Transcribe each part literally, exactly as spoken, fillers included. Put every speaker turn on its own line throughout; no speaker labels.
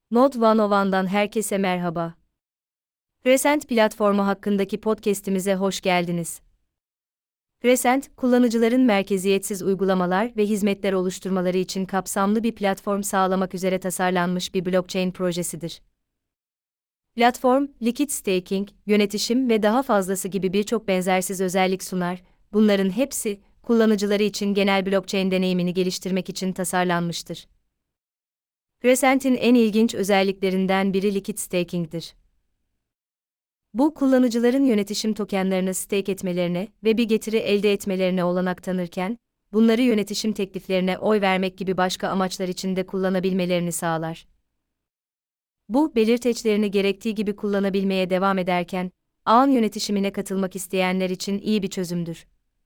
Node yüz birden herkese merhaba. Crescent platformu hakkındaki podcast'imize hoş geldiniz. Crescent, kullanıcıların merkeziyetsiz uygulamalar ve hizmetler oluşturmaları için kapsamlı bir platform sağlamak üzere tasarlanmış bir blockchain projesidir. Platform, liquid staking, yönetişim ve daha fazlası gibi birçok benzersiz özellik sunar. Bunların hepsi, kullanıcıları için genel blockchain deneyimini geliştirmek için tasarlanmıştır. Crescent'in en ilginç özelliklerinden biri liquid staking'dir. Bu, kullanıcıların yönetişim tokenlarını stake etmelerine ve bir getiri elde etmelerine olanak tanırken, bunları yönetişim tekliflerine oy vermek gibi başka amaçlar için de kullanabilmelerini sağlar. Bu, belirteçlerini gerektiği gibi kullanabilmeye devam ederken, ağın yönetişimine katılmak isteyenler için iyi bir çözümdür.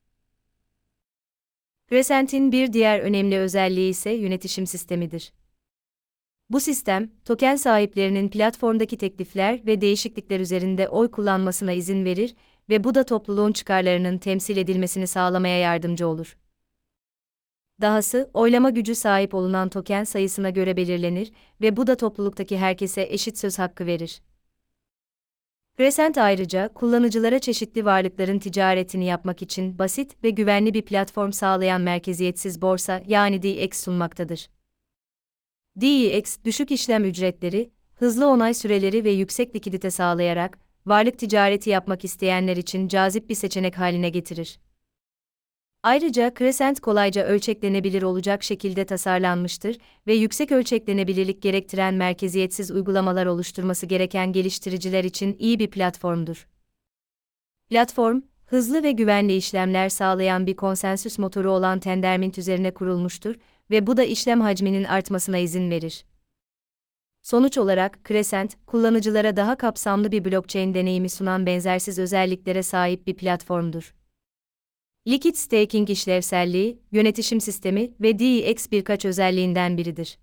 Crescent'in bir diğer önemli özelliği ise yönetişim sistemidir. Bu sistem, token sahiplerinin platformdaki teklifler ve değişiklikler üzerinde oy kullanmasına izin verir ve bu da topluluğun çıkarlarının temsil edilmesini sağlamaya yardımcı olur. Dahası, oylama gücü sahip olunan token sayısına göre belirlenir ve bu da topluluktaki herkese eşit söz hakkı verir. Crescent ayrıca, kullanıcılara çeşitli varlıkların ticaretini yapmak için basit ve güvenli bir platform sağlayan merkeziyetsiz borsa yani D E X sunmaktadır. D E X, düşük işlem ücretleri, hızlı onay süreleri ve yüksek likidite sağlayarak, varlık ticareti yapmak isteyenler için cazip bir seçenek haline getirir. Ayrıca Crescent kolayca ölçeklenebilir olacak şekilde tasarlanmıştır ve yüksek ölçeklenebilirlik gerektiren merkeziyetsiz uygulamalar oluşturması gereken geliştiriciler için iyi bir platformdur. Platform, hızlı ve güvenli işlemler sağlayan bir konsensüs motoru olan Tendermint üzerine kurulmuştur ve bu da işlem hacminin artmasına izin verir. Sonuç olarak, Crescent, kullanıcılara daha kapsamlı bir blockchain deneyimi sunan benzersiz özelliklere sahip bir platformdur. Liquid staking işlevselliği, yönetişim sistemi ve D E X birkaç özelliğinden biridir.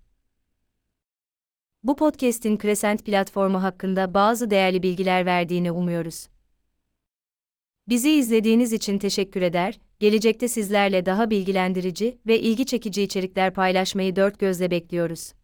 Bu podcast'in Crescent platformu hakkında bazı değerli bilgiler verdiğini umuyoruz. Bizi izlediğiniz için teşekkür eder, gelecekte sizlerle daha bilgilendirici ve ilgi çekici içerikler paylaşmayı dört gözle bekliyoruz.